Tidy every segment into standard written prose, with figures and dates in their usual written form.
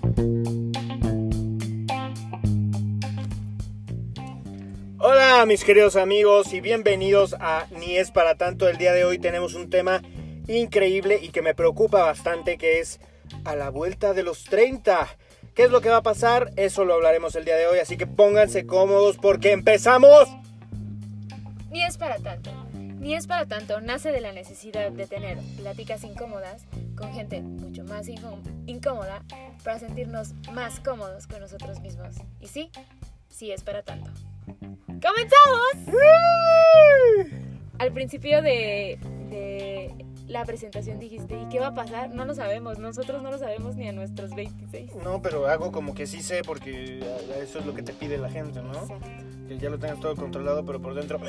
Hola mis queridos amigos y bienvenidos a Ni es para tanto. El día de hoy tenemos un tema increíble y que me preocupa bastante, que es a la vuelta de los 30. ¿Qué es lo que va a pasar? Eso lo hablaremos el día de hoy, así que pónganse cómodos porque empezamos. Ni es para tanto. Ni es para tanto nace de la necesidad de tener pláticas incómodas con gente mucho más incómoda para sentirnos más cómodos con nosotros mismos. Y sí es para tanto. ¡Comenzamos! Al principio de la presentación dijiste, ¿y qué va a pasar? No lo sabemos, nosotros no lo sabemos ni a nuestros 26. No, pero hago como que sí sé porque eso es lo que te pide la gente, ¿no? Exacto. Que ya lo tengas todo controlado, pero por dentro...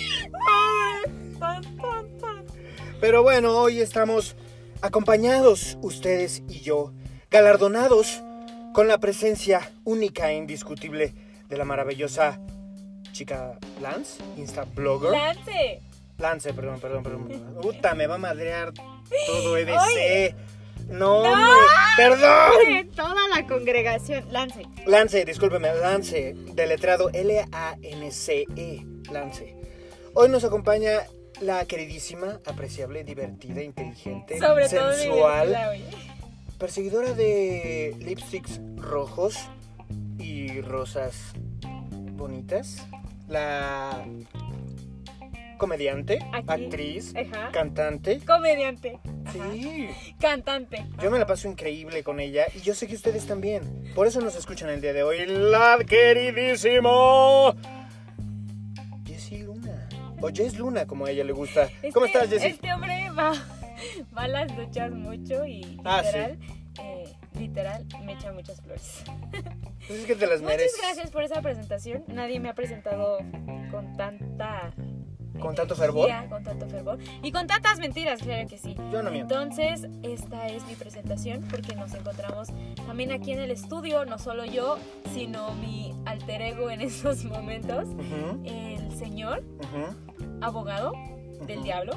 Pero bueno, hoy estamos acompañados, ustedes y yo, galardonados con la presencia única e indiscutible de la maravillosa chica Lance, Instablogger. Lance, perdón. Puta, me va a madrear todo EBC. Oye. No, hombre, perdón. Toda la congregación, Lance, discúlpeme, Lance, deletrado Lance, Lance. Hoy nos acompaña la queridísima, apreciable, divertida, inteligente, sobre sensual, todo perseguidora de lipsticks rojos y rosas bonitas, la comediante, actriz, cantante. Comediante. Sí. Cantante. Yo me la paso increíble con ella y yo sé que ustedes también. Por eso nos escuchan el día de hoy. La queridísima Jessie Luna. O Jess Luna, como a ella le gusta. ¿Cómo estás, Jessie? Este hombre va a las duchas mucho y literal me echa muchas flores. Pues es que te las mereces. Muchas gracias por esa presentación. Nadie me ha presentado con tanta... ¿Con tanto fervor? Con tanto fervor. Y con tantas mentiras, claro que sí. Yo no miento. Entonces, esta es mi presentación porque nos encontramos también aquí en el estudio, no solo yo, sino mi alter ego en esos momentos, el señor abogado del diablo,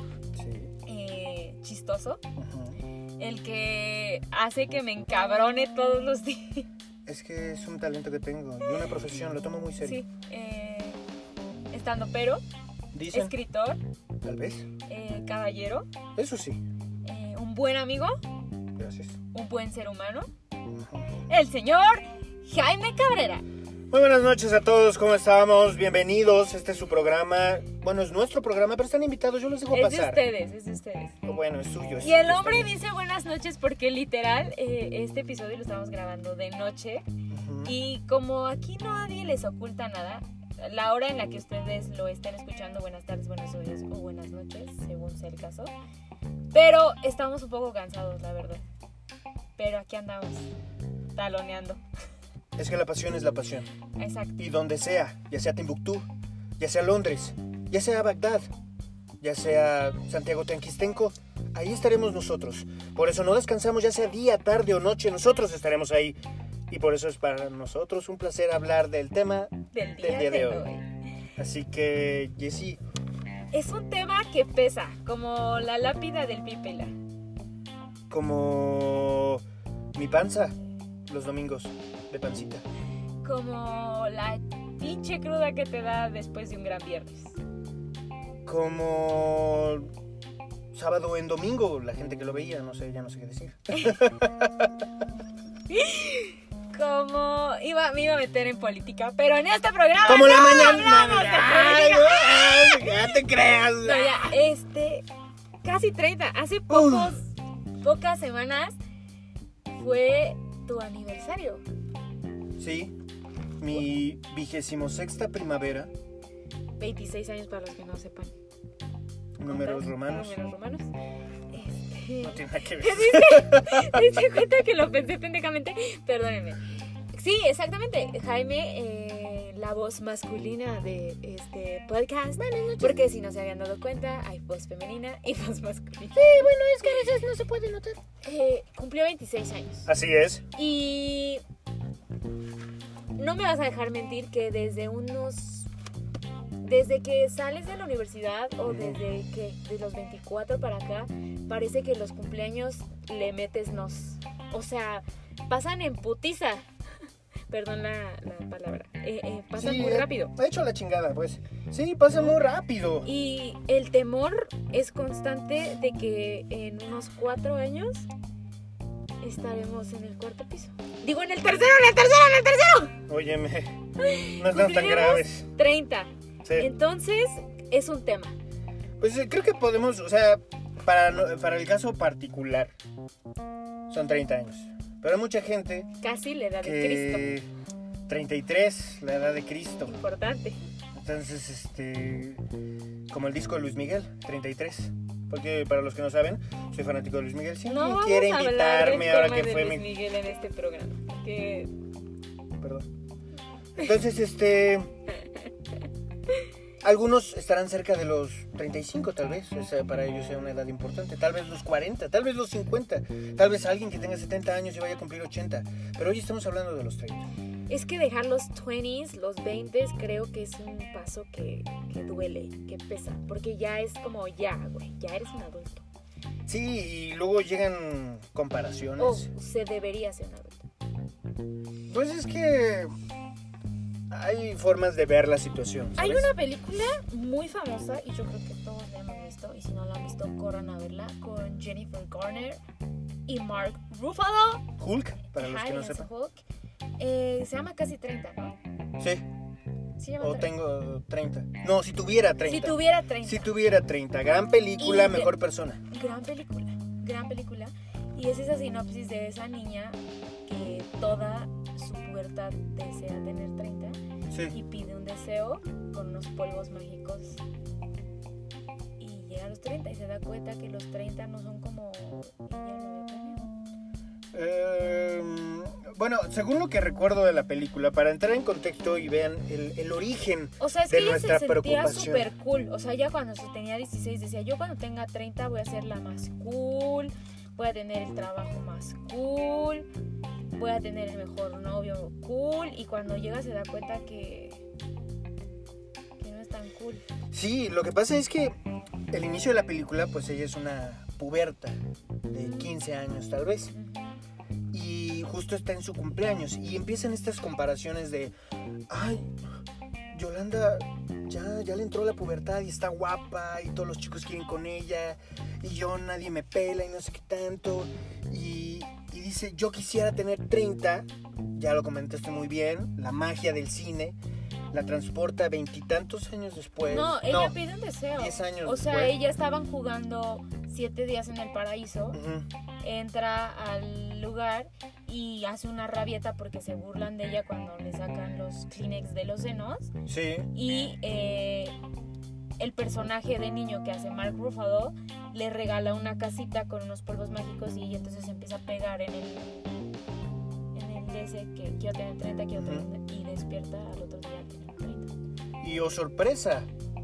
chistoso, el que hace que me encabrone todos los días. Es que es un talento que tengo y una profesión, lo tomo muy serio. Sí, estando pero... ¿Dicen? Escritor. Tal vez. Caballero. Eso sí. Un buen amigo. Gracias. Un buen ser humano. El señor Jaime Cabrera. Muy buenas noches a todos, ¿cómo estamos? Bienvenidos, este es su programa. Bueno, es nuestro programa, pero están invitados, yo los dejo pasar. Es de ustedes. Bueno, es suyo. Y el hombre dice buenas noches porque literal, este episodio lo estamos grabando de noche. Y como aquí nadie les oculta nada, la hora en la que ustedes lo estén escuchando, buenas tardes, buenos días o buenas noches, según sea el caso. Pero estamos un poco cansados, la verdad. Pero aquí andamos, taloneando. Es que la pasión es la pasión. Exacto. Y donde sea, ya sea Timbuktu, ya sea Londres, ya sea Bagdad, ya sea Santiago Teanquistenco, ahí estaremos nosotros. Por eso no descansamos, ya sea día, tarde o noche, nosotros estaremos ahí. Y por eso es para nosotros un placer hablar del tema del día de hoy. Así que, Jessie... Es un tema que pesa, como la lápida del Pípila. Como mi panza los domingos de pancita. Como la pinche cruda que te da después de un gran viernes. Como sábado en domingo, la gente que lo veía, no sé, ya no sé qué decir. Como me iba a meter en política, pero en este programa como no la mañana. hablamos de política. Ya te creas. No, ya, casi 30, hace pocas semanas fue tu aniversario. Sí, mi 26ª primavera. 26 años para los que no sepan. Números romanos. No tiene nada que ver. ¿Te cuenta que lo pensé pendejamente? Perdónenme. Sí, exactamente. Jaime, la voz masculina de este podcast. Porque si no se habían dado cuenta, hay voz femenina y voz masculina. Sí, bueno, es que a veces no se puede notar. Cumplió 26 años. Así es. Y no me vas a dejar mentir que desde que sales de la universidad o desde que de los 24 para acá, parece que los cumpleaños le metes nos. o sea, pasan en putiza. Perdón la palabra. Pasan muy rápido. Ha hecho la chingada, pues. Sí, pasa muy rápido. Y el temor es constante de que en unos 4 años estaremos en el 4º piso. Digo, en el tercero. Óyeme, no están tan graves. 30. Sí. Entonces, es un tema. Pues creo que podemos, o sea, para el caso particular, son 30 años. Pero hay mucha gente Casi la edad de que... 33, la edad de Cristo. Cristo. Importante. Entonces, como el disco de Luis Miguel, 33. Porque para los que no saben, soy fanático de Luis Miguel. Si No alguien vamos quiere a hablar invitarme del ahora tema que de fue Luis mi... Miguel en este programa. Que... Perdón. Entonces, algunos estarán cerca de los 35 tal vez, o sea, para ellos sea una edad importante, tal vez los 40, tal vez los 50, tal vez alguien que tenga 70 años y vaya a cumplir 80, pero hoy estamos hablando de los 30. Es que dejar los 20s, los 20s, creo que es un paso que duele, que pesa, porque ya es como ya, güey, ya eres un adulto. Sí, y luego llegan comparaciones. O se debería ser un adulto. Pues es que hay formas de ver la situación, ¿sabes? Hay una película muy famosa y yo creo que todos la hemos visto, y si no la han visto, corran a verla, con Jennifer Garner y Mark Ruffalo. Hulk, para los que no Hace sepan. Hulk. Se llama Casi 30, ¿no? Sí, Se llama o 30. tengo 30. No, si tuviera 30. Si tuviera 30. Si tuviera 30. Gran película, Y mejor persona. Gran película. Y es esa sinopsis de esa niña que toda su pubertad desea tener 30 Sí. y pide un deseo con unos polvos mágicos. Y llega a los 30 y se da cuenta que los 30 no son como ella lo había planeado. Bueno, según lo que recuerdo de la película, para entrar en contexto y vean el origen O sea, es de que ella nuestra se sentía preocupación. súper cool. O sea, ya cuando tenía 16 decía, yo cuando tenga 30 voy a ser la más cool, voy a tener el trabajo más cool, voy a tener el mejor novio cool. Y cuando llega se da cuenta que no es tan cool. Sí, lo que pasa es que el inicio de la película, pues ella es una puberta de 15 años tal vez. Y justo está en su cumpleaños y empiezan estas comparaciones de, ay, Yolanda ya le entró la pubertad y está guapa y todos los chicos quieren con ella y yo nadie me pela y no sé qué tanto. Y dice, yo quisiera tener 30, ya lo comentaste muy bien, la magia del cine la transporta 20 y tantos años después. No, ella pide un deseo. 10 años O sea, después. ella estaban jugando 7 días en el paraíso. Ujú. Entra al lugar y hace una rabieta porque se burlan de ella cuando le sacan los Kleenex de los senos. Sí. Y el personaje de niño que hace Mark Ruffalo le regala una casita con unos polvos mágicos y ella entonces empieza a pegar en el ese que quiero tener 30, quiero tener 30, y despierta al otro día teniendo 30. Y oh sorpresa,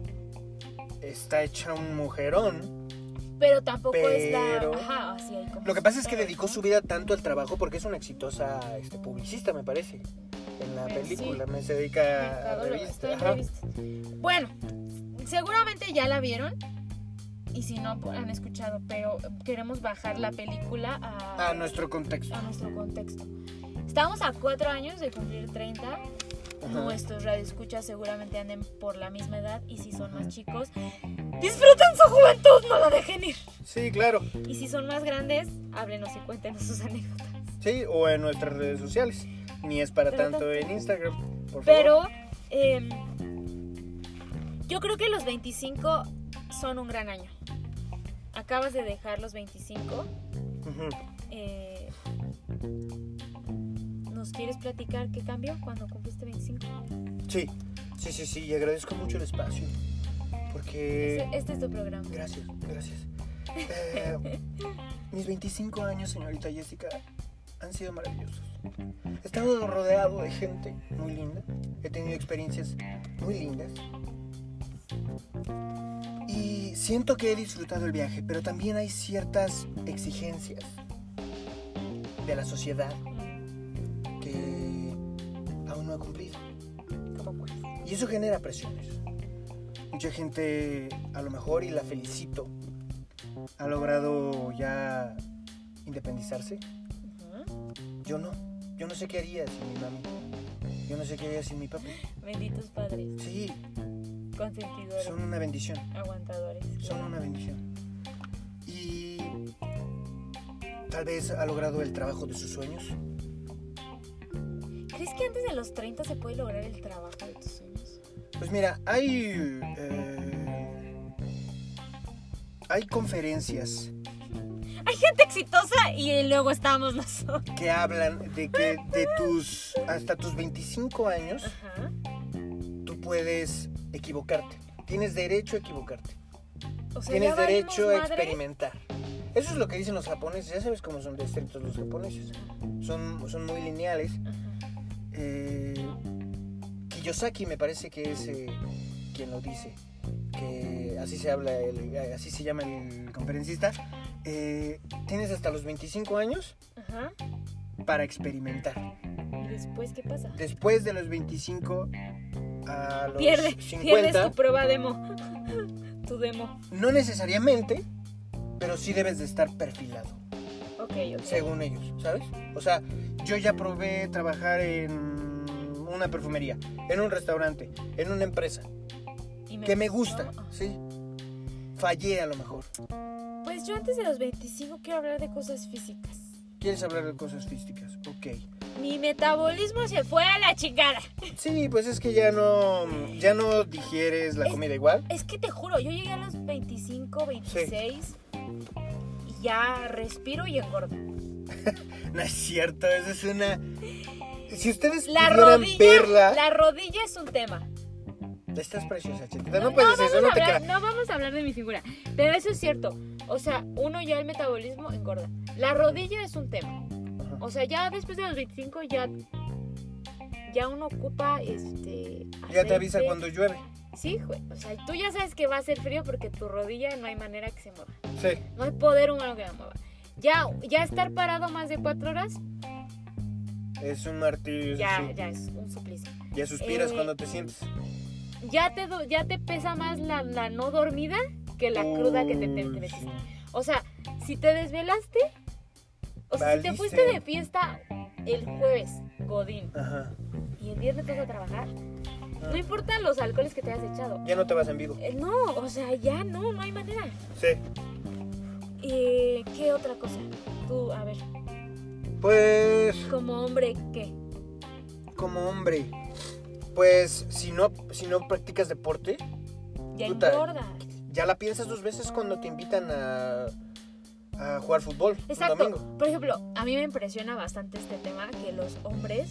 está hecha un mujerón. Pero tampoco es Pero- la... Ajá, así hay como... Lo que pasa es que pero, dedicó ¿no? su vida tanto al trabajo porque es una exitosa publicista, me parece. En la Sí. película, me se dedica a Mercadóloga, revistas. está en Ajá. revistas. Bueno, seguramente ya la vieron. Y si no, han escuchado. Pero queremos bajar la película A nuestro contexto. a nuestro contexto. Estamos a 4 años de cumplir 30. Ajá. Nuestros radioescuchas seguramente anden por la misma edad. Y si son más chicos, disfruten su juventud, no la dejen ir. Sí, claro. Y si son más grandes, háblenos y cuéntenos sus anécdotas. Sí, o en nuestras redes sociales. Ni es para Pero tanto en Instagram, por favor. Pero yo creo que los 25 son un gran año. Acabas de dejar los 25. Ujú. ¿Nos quieres platicar qué cambió cuando cumpliste 25? Sí, y agradezco mucho el espacio. Porque... Este es tu programa. Gracias. Mis 25 años, señorita Jessica, han sido maravillosos. He estado rodeado de gente muy linda. He tenido experiencias muy lindas. Y siento que he disfrutado el viaje, pero también hay ciertas exigencias de la sociedad que aún no he cumplido. ¿Cómo pues? Y eso genera presiones. Mucha gente, a lo mejor, y la felicito, ha logrado ya independizarse. Ujú. Yo no sé qué haría sin mi mami. Yo no sé qué haría sin mi papi. Benditos padres. Sí. Consentidores. Son una bendición. Aguantadores. Son una bendición. Y tal vez ha logrado el trabajo de sus sueños. ¿Crees que antes de los 30 se puede lograr el trabajo de tus sueños? Pues mira, hay conferencias Hay gente exitosa y luego estamos nosotros. que hablan de que hasta tus 25 años Ajá. tú puedes equivocarte. Tienes derecho a equivocarte. O sea, Tienes ya valimos derecho a madre. experimentar. Eso es lo que dicen los japoneses. Ya sabes cómo son de estrictos los japoneses. Son muy lineales. Kiyosaki me parece que es quien lo dice. Que así se habla, así se llama el conferencista. Tienes hasta los 25 años Ajá. para experimentar. ¿Y después qué pasa? Después de los 25 a los Pierdes 50, tu prueba demo. Tu demo. no necesariamente, pero sí debes de estar perfilado, Ok. según ellos, ¿sabes? O sea, yo ya probé trabajar en una perfumería, en un restaurante, en una empresa, ¿Y que me gustó? gusta, ¿sí? Fallé a lo mejor. Pues yo antes de los 25 quiero hablar de cosas físicas. ¿Quieres hablar de cosas físicas? Ok. Mi metabolismo se fue a la chingada. Sí, pues es que ya no digieres la comida igual. Es que te juro, yo llegué a los 25, 26 y ya respiro y engordo. No es cierto, eso es una... Si ustedes La pudieran verla... la rodilla es un tema. Estás preciosa, chiquita. No puedes eso, no te queda. No vamos a hablar de mi figura, pero eso es cierto. O sea, uno ya el metabolismo engorda. La rodilla es un tema. Ajá. O sea, ya después de los 25 ya uno ocupa Ya te avisa aceite. cuando llueve. Sí, güey. O sea, tú ya sabes que va a ser frío porque tu rodilla no hay manera que se mueva. Sí. No hay poder humano que la mueva. Ya estar parado más de 4 horas, Es un martirio. ya Sí. es un suplicio. Ya suspiras cuando te sientes. Ya te pesa más la no dormida que la cruda que te metiste. Sí. O sea, si te desvelaste, o sea, si te Valiste. fuiste de fiesta el jueves, godín, Ajá. y el viernes vas a trabajar, no importan los alcoholes que te hayas echado. Ya no te vas en vivo. No, o sea, ya no hay manera. Sí. ¿Qué otra cosa? Tú, a ver, Pues, como hombre, ¿qué? como hombre, pues, si no practicas deporte, Ya puta, engorda. ya la piensas 2 veces cuando te invitan a jugar fútbol un Exacto. domingo. Por ejemplo, a mí me impresiona bastante este tema que los hombres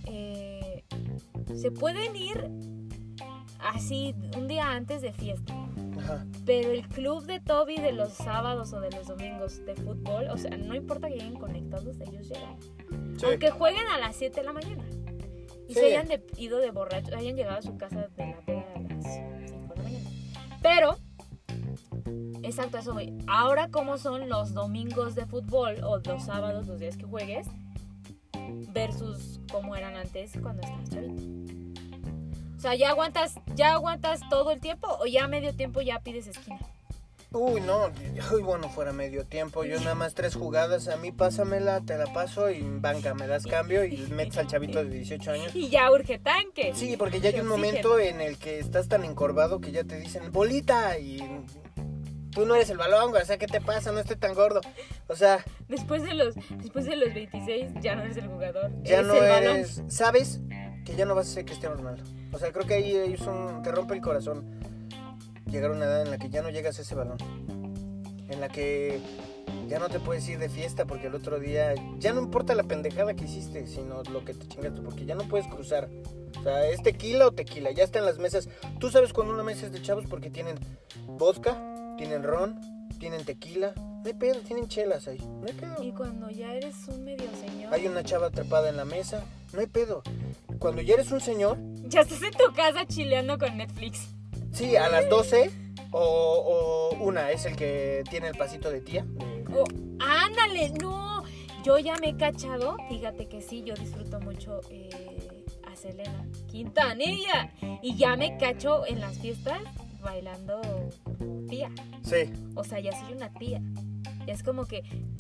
se pueden ir así un día antes de fiesta. Ajá. Pero el club de Toby de los sábados o de los domingos de fútbol, o sea, no importa que lleguen conectados, ellos llegan. Sí. Aunque jueguen a las 7 de la mañana. Y Sí. se hayan ido de borrachos, hayan llegado a su casa de la peda a las 5 de la mañana. Pero, exacto, eso voy. Ahora, ¿cómo son los domingos de fútbol o los sábados, los días que juegues, versus cómo eran antes cuando estabas chavito? O sea, ¿ya aguantas todo el tiempo o ya a medio tiempo ya pides esquina? Uy, no, bueno, fuera medio tiempo, yo nada más 3 jugadas, a mí pásamela, te la paso y banca, me das cambio y metes al chavito de 18 años. Y ya urge tanque. Sí, porque ya hay un momento en el que estás tan encorvado que ya te dicen, bolita, y tú no eres el balón, güey, o sea, ¿qué te pasa? No estoy tan gordo. O sea, Después de los 26 ya no eres el jugador. ya eres no el balón. eres, sabes que ya no vas a ser Cristiano Ronaldo. O sea, creo que ahí te rompe el corazón llegar a una edad en la que ya no llegas a ese balón. En la que ya no te puedes ir de fiesta porque el otro día ya no importa la pendejada que hiciste, sino lo que te chingas tú, porque ya no puedes cruzar. O sea, es tequila o tequila, ya están las mesas. Tú sabes cuando una mesa es de chavos porque tienen vodka, tienen ron, tienen tequila, no hay pedo, tienen chelas ahí, no hay pedo. Y cuando ya eres un medio señor, Hay una chava atrapada en la mesa, no hay pedo. Cuando ya eres un señor, ya estás en tu casa chileando con Netflix. sí, a las 12 o una es el que tiene el pasito de tía. Oh, ándale, no. Yo ya me he cachado, fíjate que sí, yo disfruto mucho a Selena Quintanilla. Y ya me cacho en las fiestas bailando como tía. Sí, O sea, ya soy una tía. Ya es como que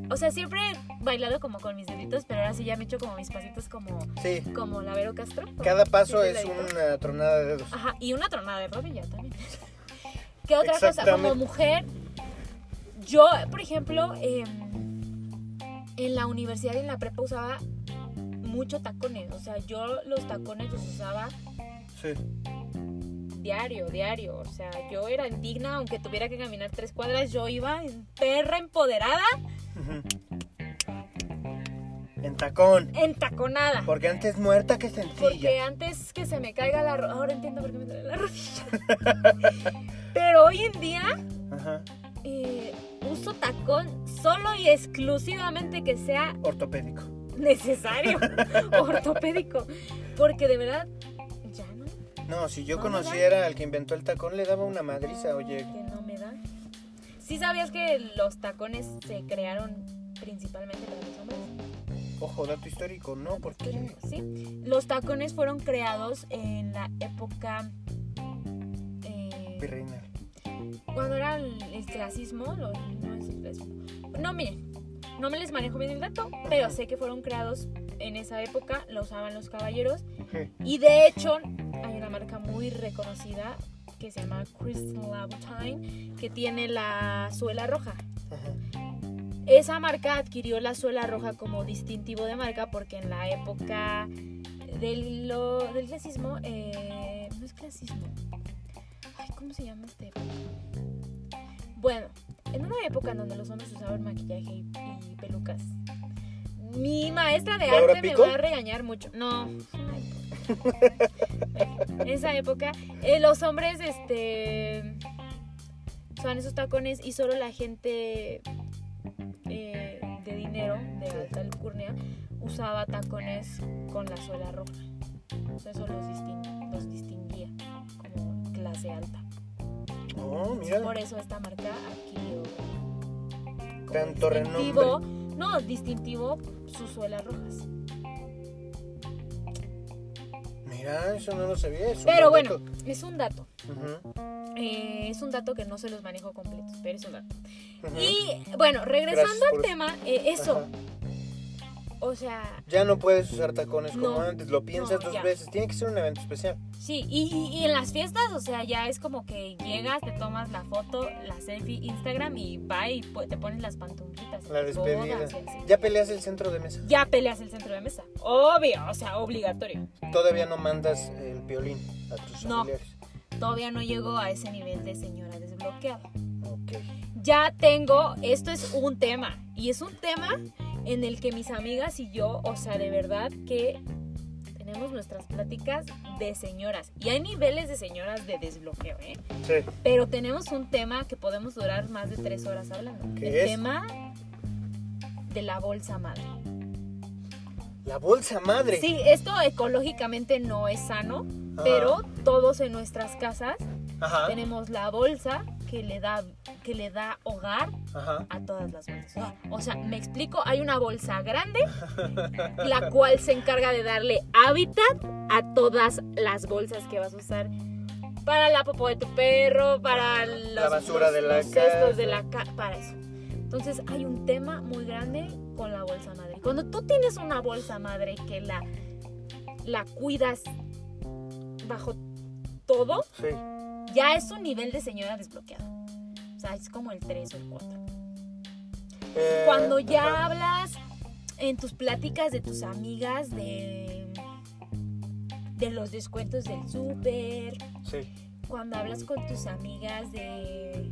O sea, siempre he bailado como con mis deditos, pero ahora sí ya me echo como mis pasitos Sí. como la Vero Castro. Cada paso Sí, es una tronada de dedos. Ajá, y una tronada de rodilla también. ¿Qué otra cosa? Como mujer, yo, por ejemplo, en la universidad y en la prepa usaba mucho tacones. O sea, yo los tacones los usaba Sí. diario. O sea, yo era indigna, aunque tuviera que caminar 3 cuadras, yo iba en perra empoderada, En tacón. entaconada. Porque antes muerta que sencilla. Porque antes que se me caiga la rodilla, ahora entiendo por qué me duele la rodilla. Pero hoy en día Ajá. uso tacón solo y exclusivamente que sea Ortopédico. necesario, ortopédico. Porque de verdad, ya no, No, si yo No, conociera al que inventó el tacón, le daba una madriza, oye. que no me da. ¿Sí sabías que los tacones se crearon principalmente para los hombres? Ojo, dato histórico, ¿no? ¿Por qué? Sí, los tacones fueron creados en la época Virreinal. cuando era el clasismo, no es el clasismo. No, miren, no me les manejo bien el dato, pero sé que fueron creados en esa época, lo usaban los caballeros. Sí. Y de hecho, hay una marca muy reconocida que se llama Crystal Louboutin, que tiene la suela roja. Ajá. Esa marca adquirió la suela roja como distintivo de marca porque en la época del clasismo, no es clasismo. Ay, ¿cómo se llama este? Bueno, en una época en donde los hombres usaban maquillaje y pelucas. Mi maestra de ¿Laura arte Pico? me va a regañar mucho. No, en esa época los hombres usaban esos tacones y solo la gente de dinero, de alta alcurnia, usaba tacones con la suela roja. O sea, eso los distinguía como clase alta. Oh, mira. Por eso esta marca adquirió como Tanto distintivo, renombre. no, distintivo sus suelas rojas. Mira, eso no lo sabía. Es un Pero buen bueno, dato. es un dato. Ujú, Es un dato que no se los manejo completos, pero es un dato. ujú. Y bueno, regresando Gracias por al eso. tema, eso. Ajá. O sea, Ya no puedes usar tacones como No, antes, lo piensas no, dos ya. veces. Tiene que ser un evento especial. sí, y en las fiestas, o sea, ya es como que llegas, te tomas la foto, la selfie, Instagram y va y te pones las pantuflitas. La las despedida. bodas y así. Ya peleas el centro de mesa. Ya peleas el centro de mesa. Obvio, o sea, obligatorio. Todavía no mandas el violín a tus No. familiares. Todavía no llego a ese nivel de señora desbloqueada. Ok. Ya tengo, esto es un tema, y es un tema en el que mis amigas y yo, o sea, de verdad que tenemos nuestras pláticas de señoras. Y hay niveles de señoras de desbloqueo, ¿eh? Sí. Pero tenemos un tema que podemos durar más de 3 horas hablando. ¿Qué El es? tema de la bolsa madre. La bolsa madre. Sí, esto ecológicamente no es sano, Ajá. pero todos en nuestras casas Ajá. tenemos la bolsa que le da hogar Ajá. a todas las bolsas. O sea, me explico, hay una bolsa grande, la cual se encarga de darle hábitat a todas las bolsas que vas a usar para la popó de tu perro, para La basura de la los cestos casa. de la para eso. Entonces hay un tema muy grande con la bolsa madre. Cuando tú tienes una bolsa madre que la cuidas bajo todo, Sí. ya es un nivel de señora desbloqueada. O sea, es como el 3 o el 4. Cuando ya Ajá. hablas en tus pláticas de tus amigas de los descuentos del súper, Sí. cuando hablas con tus amigas de...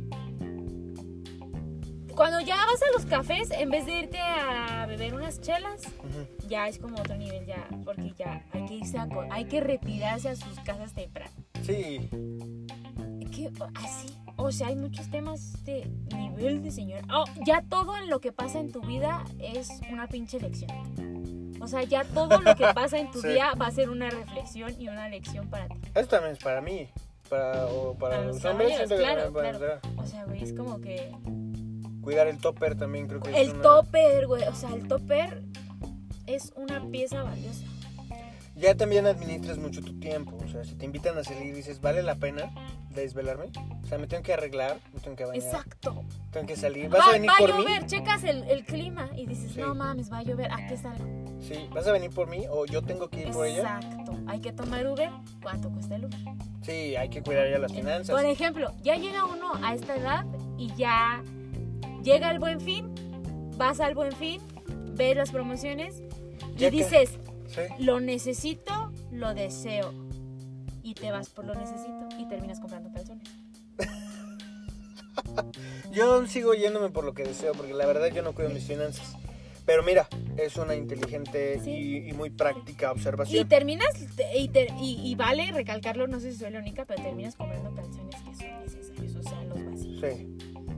Cuando ya vas a los cafés, en vez de irte a beber unas chelas, Ujú. ya es como otro nivel ya, porque ya hay que irse hay que retirarse a sus casas temprano. Sí. Que así, o sea, hay muchos temas de nivel de señora. Oh, ya todo en lo que pasa en tu vida es una pinche lección. O sea, ya todo lo que pasa en tu Sí. día va a ser una reflexión y una lección para ti. Esto también es para mí. Para Para los los hombres. caballeros, Siento que claro, también pueden claro. ser. O sea, güey, es como que Cuidar el topper también creo que es el una... topper, güey, o sea, el topper es una pieza valiosa. Ya también administras mucho tu tiempo. O sea, si te invitan a salir y dices, ¿vale la pena desvelarme? O sea, me tengo que arreglar, me tengo que bañar. Exacto. Tengo que salir. ¿Vas a venir va por a mí? llover, checas el clima y dices, Sí. no mames, va a llover, ¿a qué salgo? Sí, ¿vas a venir por mí o yo tengo que ir por ella? Exacto, hay que tomar Uber, ¿cuánto cuesta el Uber? Sí, hay que cuidar ya las finanzas. Por ejemplo, ya llega uno a esta edad y ya llega el Buen Fin, vas al Buen Fin, ves las promociones y Ya que- dices, Sí. lo necesito, lo deseo. Y te vas por lo necesito y terminas comprando calzones. Yo sigo yéndome por lo que deseo, porque la verdad yo no cuido mis finanzas. Pero mira, es una inteligente Sí. y muy práctica Y observación. terminas, y vale recalcarlo, no sé si soy la única, pero terminas comprando calzones que son necesarios, o sea, los básicos. Sí.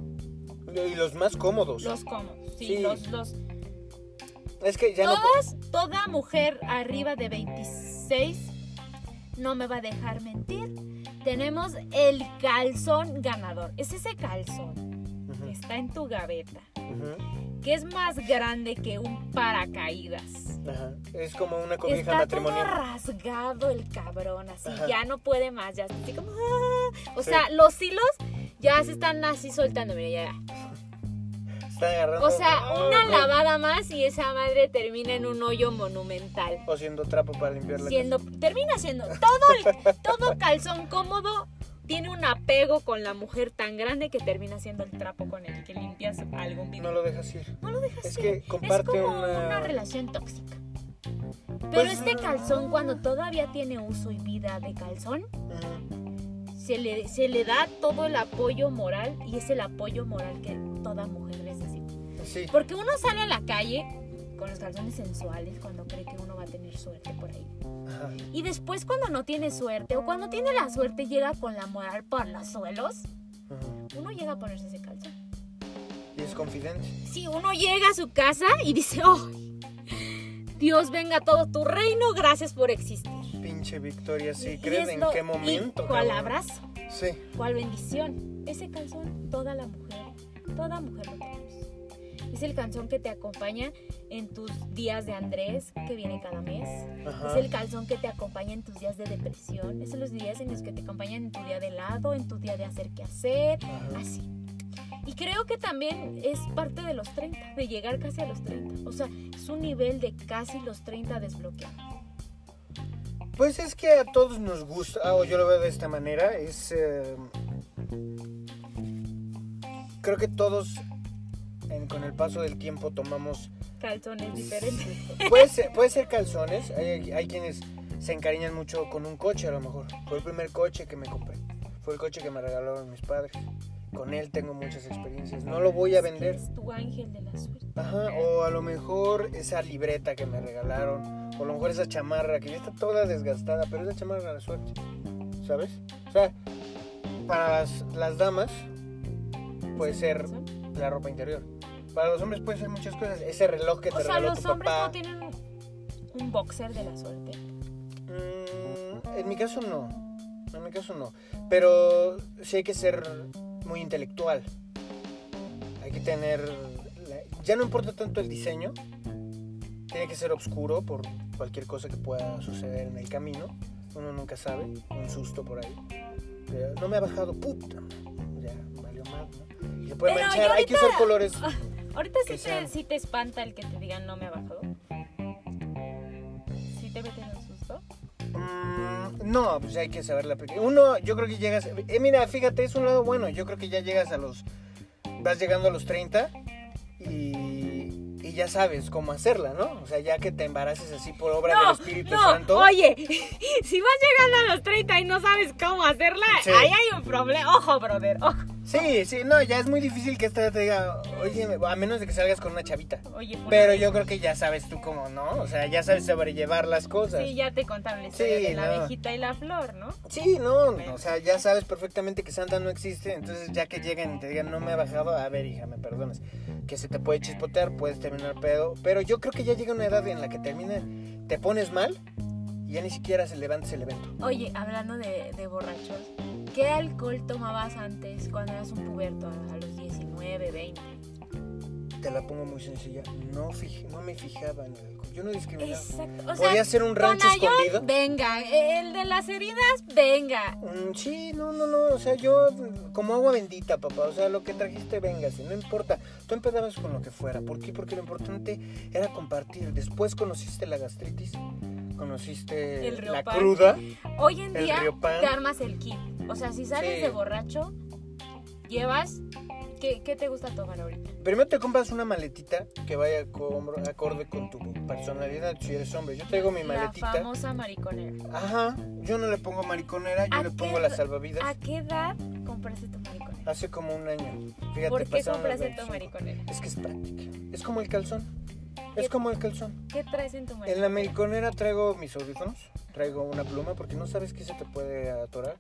Y los más cómodos. Los cómodos, sí, Sí. los Es que ya no... toda mujer arriba de 26 no me va a dejar mentir. Tenemos el calzón ganador. Es ese calzón que Ujú, está en tu gaveta, ujú, que es más grande que un paracaídas. ajá. Es como una cobija Está todo matrimonial. rasgado el cabrón, así, Ajá. ya no puede más, ya está así como... O Sí. sea, los hilos ya se están así soltando, mira, ya. Están agarrando... O sea, una no. lavada más y esa madre termina en un hoyo monumental. O siendo trapo para limpiar la Termina siendo todo calzón cómodo tiene un apego con la mujer tan grande que termina siendo el trapo con el que limpias algún casa. video. No lo dejas ir. No lo dejas Es ir. que comparte es como una- una relación tóxica. Pero Pues, este calzón, cuando todavía tiene uso y vida de calzón, Ujú. se le da todo el apoyo moral, y es el apoyo moral que toda mujer necesita. Sí. Porque uno sale a la calle con los calzones sensuales cuando cree que uno va a tener suerte por ahí. Ajá. Y después, cuando no tiene suerte, o cuando tiene la suerte llega con la moral por los suelos, Ujú. uno llega a ponerse ese calzón. Y es confidente. Sí, uno llega a su casa y dice, oh, Dios venga a todo tu reino, gracias por existir. Pinche Victoria, Y sí. ¿Crees en esto- qué momento? y cuál cabrón? abrazo, Sí. cuál bendición. Ese calzón, toda mujer lo tenemos. Es el calzón que te acompaña en tus días de Andrés, que viene cada mes. Ajá. Es el calzón que te acompaña en tus días de depresión. Es los días en los que te acompañan en tu día de helado, en tu día de hacer qué hacer, Ajá. así. Y creo que también es parte de los 30, de llegar casi a los 30. O sea, es un nivel de casi los 30 desbloqueado. Pues es que a todos nos gusta, o yo lo veo de esta manera, creo que todos con el paso del tiempo tomamos... Calzones diferentes. Puede ser calzones, hay quienes se encariñan mucho con un coche a lo mejor. Fue el primer coche que me compré, fue el coche que me regalaron mis padres. Con él tengo muchas experiencias, no lo voy a vender. Es tu ángel de la suerte. Ajá, o a lo mejor esa libreta que me regalaron, o a lo mejor esa chamarra que ya está toda desgastada, pero esa chamarra de la suerte, ¿sabes? O sea, para las damas puede ser la ropa interior. Para los hombres puede ser muchas cosas. Ese reloj que te O sea, regaló los tu hombres papá. no tienen un boxer de la suerte. En mi caso no. En mi caso no. Pero sí hay que ser muy intelectual. Hay que tener... Ya no importa tanto el diseño. Tiene que ser oscuro por cualquier cosa que pueda suceder en el camino. Uno nunca sabe. Un susto por ahí. No me ha bajado, puta. Ya, valió más, ¿no? Y se puede Pero manchar. yo Hay que usar colores... Ahorita Que sí sean- sí te espanta el que te digan no me ha bajado. ¿Sí te meten un susto? No, pues hay que saber la práctica. Uno, yo creo que llegas... mira, fíjate, es un lado bueno. Yo creo que ya llegas a los... Vas llegando a los 30 y ya sabes cómo hacerla, ¿no? O sea, ya que te embaraces así por obra del Espíritu Santo. Oye, si vas llegando a los 30 y no sabes cómo hacerla, Sí. ahí hay un problema. Ojo, brother, ojo. Sí, no, ya es muy difícil que esta te diga, oye, a menos de que salgas con una chavita. Oye, Pero yo creo que ya sabes tú cómo, ¿no? O sea, ya sabes sobrellevar las cosas. sí, ya te contaron la historia Sí, de la no. abejita y la flor, ¿no? Sí, no, o sea, ya sabes perfectamente que Santa no existe, entonces ya que lleguen y te digan no me ha bajado, a ver, hija, me perdonas, que se te puede chispotear, puedes terminar pedo, pero yo creo que ya llega una edad en la que te pones mal y ya ni siquiera se levanta el evento. Oye, hablando de borrachos, ¿qué alcohol tomabas antes cuando eras un puberto a los 19, 20? te la pongo muy sencilla, no me fijaba en el alcohol. Yo no discriminaba. Exacto. O Podía sea, ser un rancho Tonayón, escondido. venga. El de las heridas, venga. Sí, no, o sea, yo como agua bendita, papá, o sea, lo que trajiste, véngase, no importa, tú empezabas con lo que fuera. ¿Por qué? Porque lo importante era compartir. Después conociste la gastritis, conociste El la Riopan. cruda, Hoy en el día Riopan. te armas el kit. O sea, si sales Sí. de borracho, llevas... ¿Qué te gusta tomar ahorita? Primero te compras una maletita que vaya acorde con tu personalidad, si eres hombre. Yo traigo mi maletita. La famosa mariconera. Ajá, yo no le pongo mariconera, yo ¿A le qué pongo las salvavidas. ¿A qué edad compraste tu mariconera? Hace como un año. Fíjate, ¿Por qué pasaron los compraste tu 25. mariconera? Es que es práctica. Es como el calzón. ¿Qué- Es como el calzón. ¿Qué traes en tu En mariconera? la mariconera traigo mis audífonos, traigo una pluma porque no sabes qué se te puede atorar.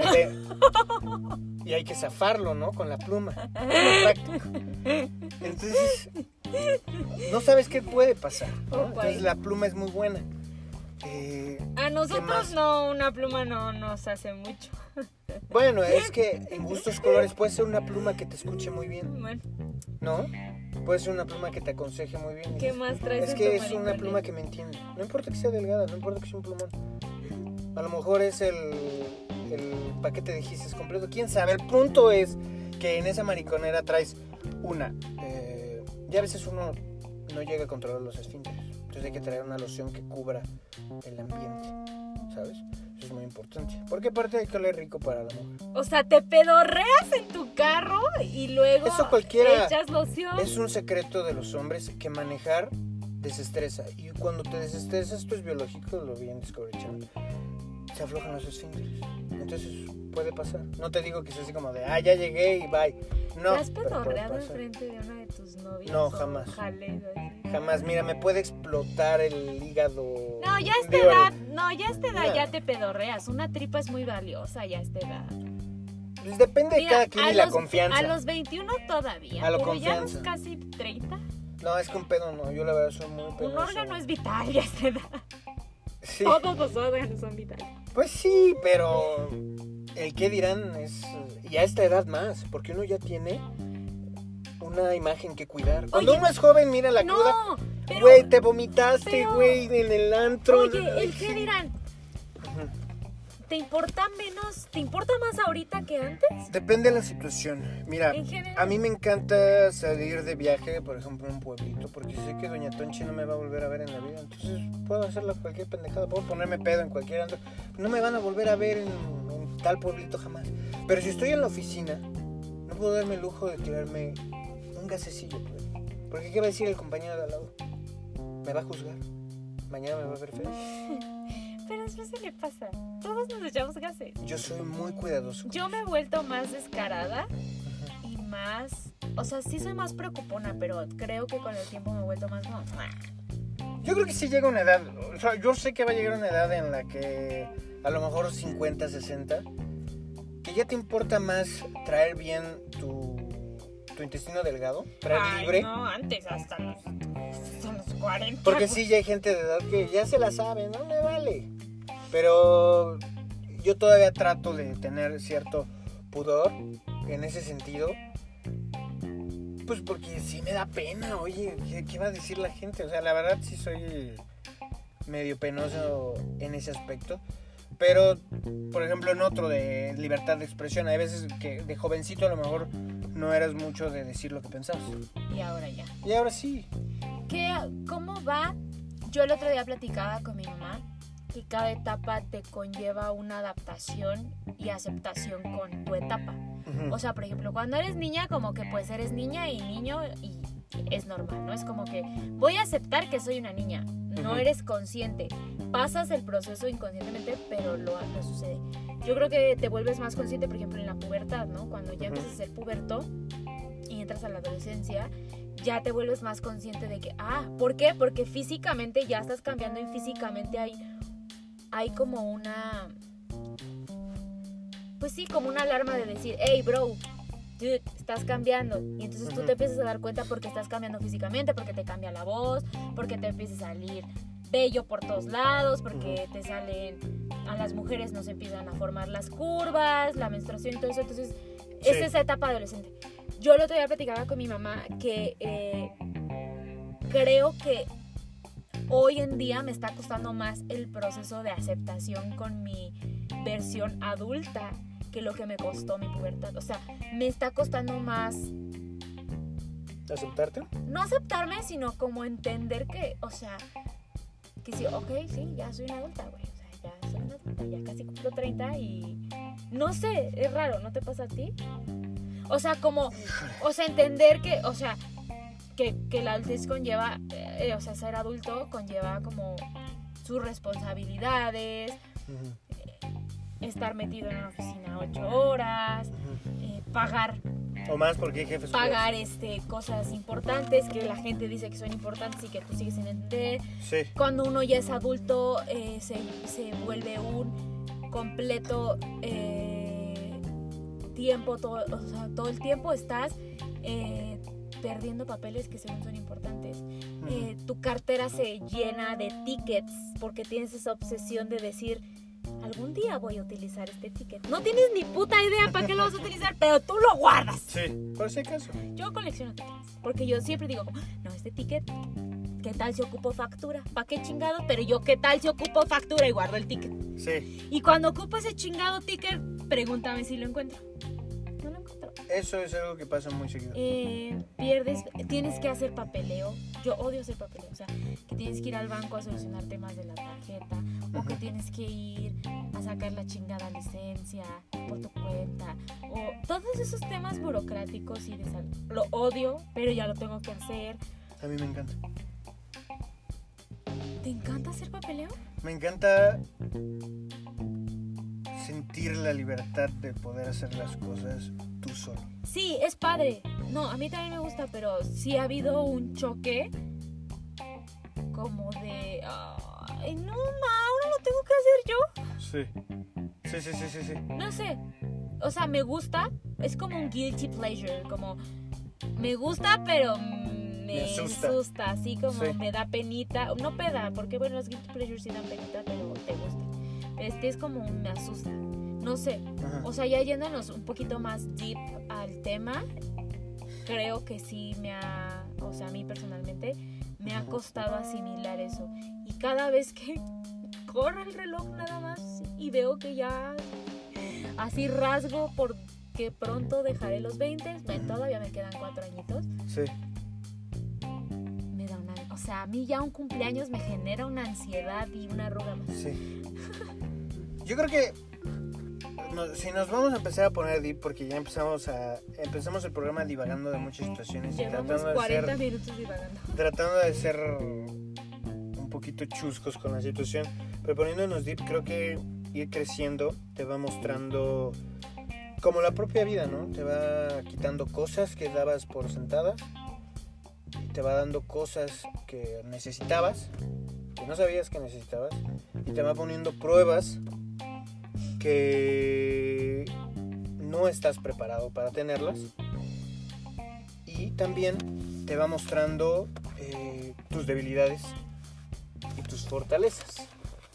Y hay que zafarlo, ¿no? Con la pluma. Es práctico. Entonces, no sabes qué puede pasar, ¿no? Entonces la pluma es muy buena. A ¿qué nosotros más? no, una pluma no nos hace mucho. Bueno, es que en gustos colores puede ser una pluma que te escuche muy bien, Bueno, ¿no? Puede ser una pluma que te aconseje muy bien. ¿qué más traes Es en que tu es una mariconera? pluma que me entiende. No importa que sea delgada, no importa que sea un plumón. A lo mejor es el paquete de gises completo. ¿Quién sabe? El punto es que en esa mariconera traes una. Ya a veces uno no llega a controlar los esfínteres. Entonces hay que traer una loción que cubra el ambiente, ¿sabes? Eso es muy importante. Porque aparte hay que oler rico para la mujer. O sea, te pedorreas en tu carro y luego Eso cualquiera. echas loción. Es un secreto de los hombres que manejar desestresa. Y cuando te desestresas, esto es biológico, lo vi en Discovery Channel, se aflojan los esfínteres. Entonces puede pasar. No te digo que sea así como de, ya llegué y bye. No. ¿Te has pero puede pedorreado pasar. enfrente de una de tus novias? No, o jamás. jales así? Jamás, mira, me puede explotar el hígado. No, ya a esta Digo, edad, No. ya te pedorreas. Una tripa es muy valiosa ya a esta edad. Pues depende de Mira, cada quien y la confianza. A los 21 todavía, A la pero ya a los confianza. casi 30, No, es que un pedo no. Yo la verdad soy muy penoso. un órgano es vital ya a esta edad. Sí. Todos los órganos son vitales. Pues sí, pero el qué dirán es... Y a esta edad más, porque uno ya tiene una imagen que cuidar. Cuando Oye, uno es joven, mira la cruda. No, pero... Güey, te vomitaste, pero- güey, en el antro. Oye, ¿el qué dirán? Ujú. ¿Te importa menos? ¿Te importa más ahorita que antes? Depende de la situación. Mira, En general. a mí me encanta salir de viaje, por ejemplo, a un pueblito, porque sé que Doña Tonchi no me va a volver a ver en la vida. Entonces puedo hacerla cualquier pendejada, puedo ponerme pedo en cualquier antro. No me van a volver a ver en tal pueblito jamás. Pero si estoy en la oficina, no puedo darme el lujo de tirarme un gasecillo, pues. Porque ¿qué va a decir el compañero de al lado? ¿Me va a juzgar? ¿Mañana me va a ver feo? Pero eso se le pasa. Todos nos echamos gases. Yo soy muy cuidadoso. Yo me he vuelto más descarada y más... O sea, sí soy más preocupona, pero creo que con el tiempo me he vuelto más... como, Yo creo que sí llega una edad, o sea, yo sé que va a llegar una edad en la que a lo mejor 50, 60, que ya te importa más traer bien tu intestino delgado, traer Ay, libre. no, antes, hasta los 40. Porque sí, ya hay gente de edad que ya se la sabe, no me vale. Pero yo todavía trato de tener cierto pudor en ese sentido. Pues porque sí me da pena, oye, ¿qué va a decir la gente? O sea, la verdad sí soy medio penoso en ese aspecto. Pero, por ejemplo, en otro de libertad de expresión, hay veces que de jovencito a lo mejor no eras mucho de decir lo que pensabas. Y ahora ya. Y ahora sí. ¿Cómo va? Yo el otro día platicaba con mi mamá que cada etapa te conlleva una adaptación y aceptación con tu etapa. Ujú. O sea, por ejemplo, cuando eres niña, como que pues eres niña y niño y es normal, ¿no? Es como que voy a aceptar que soy una niña. No Ujú. eres consciente. Pasas el proceso inconscientemente, pero lo sucede. Yo creo que te vuelves más consciente, por ejemplo, en la pubertad, ¿no? Cuando ya Ujú. empiezas a ser puberto y entras a la adolescencia, ya te vuelves más consciente de que, ¿por qué? Porque físicamente ya estás cambiando y físicamente hay como una... Pues sí, como una alarma de decir, hey, bro, dude, estás cambiando. Y entonces tú Ujú. te empiezas a dar cuenta porque estás cambiando físicamente, porque te cambia la voz, porque te empieza a salir vello por todos lados, porque te salen... A las mujeres nos empiezan a formar las curvas, la menstruación y todo eso. Entonces, es Sí. esa etapa adolescente. Yo el otro día platicaba con mi mamá que creo que hoy en día me está costando más el proceso de aceptación con mi versión adulta que lo que me costó mi pubertad. O sea, me está costando más... ¿Aceptarte? No aceptarme, sino como entender que, o sea, que sí, ok, sí, ya soy una adulta, güey. O sea, ya soy una adulta, ya casi cumplo 30 y... No sé, es raro, ¿no te pasa a ti? O sea, como... O sea, entender que, o sea... Que la adultez conlleva, o sea, ser adulto conlleva como sus responsabilidades, estar metido en una oficina 8 horas, pagar o más porque hay jefes pagar cosas importantes que la gente dice que son importantes y que tú sigues sin entender. Sí. Cuando uno ya es adulto se vuelve un completo tiempo, todo el tiempo estás perdiendo papeles que según son importantes. Tu cartera se llena de tickets porque tienes esa obsesión de decir, algún día voy a utilizar este ticket. No tienes ni puta idea para qué lo vas a utilizar, pero tú lo guardas. Sí, por si acaso. Yo colecciono tickets, porque yo siempre digo, no, este ticket, ¿qué tal si ocupo factura? ¿Para qué chingado? Pero yo, ¿qué tal si ocupo factura? Y guardo el ticket. Sí. Y cuando ocupo ese chingado ticket, pregúntame si lo encuentro. No lo encuentro. Eso es algo que pasa muy seguido. Tienes que hacer papeleo. Yo odio hacer papeleo. O sea, que tienes que ir al banco a solucionar temas de la tarjeta. O que tienes que ir a sacar la chingada licencia por tu cuenta. O todos esos temas burocráticos y de salud. Lo odio, pero ya lo tengo que hacer. A mí me encanta. ¿Te encanta hacer papeleo? Me encanta sentir la libertad de poder hacer las cosas tú solo. Sí, es padre. No, a mí también me gusta, pero sí ha habido un choque como de... Ay, no, ahora lo tengo que hacer yo. Sí. No sé. O sea, me gusta. Es como un guilty pleasure. Como... Me gusta, pero me asusta. Así como me da penita. No peda, porque bueno, los guilty pleasures sí dan penita, pero te gusta. Es como un me asusta. No sé. Ajá. O sea, ya yéndonos un poquito más deep al tema, creo que sí o sea, a mí personalmente me ha costado asimilar eso. Y cada vez que corre el reloj nada más y veo que ya así rasgo porque pronto dejaré los 20, todavía me quedan 4 añitos. Sí. Me da o sea, a mí ya un cumpleaños me genera una ansiedad y una arruga más. Sí. Yo creo que si nos vamos a empezar a poner deep, porque ya empezamos el programa divagando de muchas situaciones. Llevamos 40 minutos divagando. Tratando de ser un poquito chuscos con la situación, pero poniéndonos deep, creo que ir creciendo te va mostrando como la propia vida, ¿no? Te va quitando cosas que dabas por sentadas y te va dando cosas que necesitabas, que no sabías que necesitabas, y te va poniendo pruebas que no estás preparado para tenerlas, y también te va mostrando tus debilidades y tus fortalezas.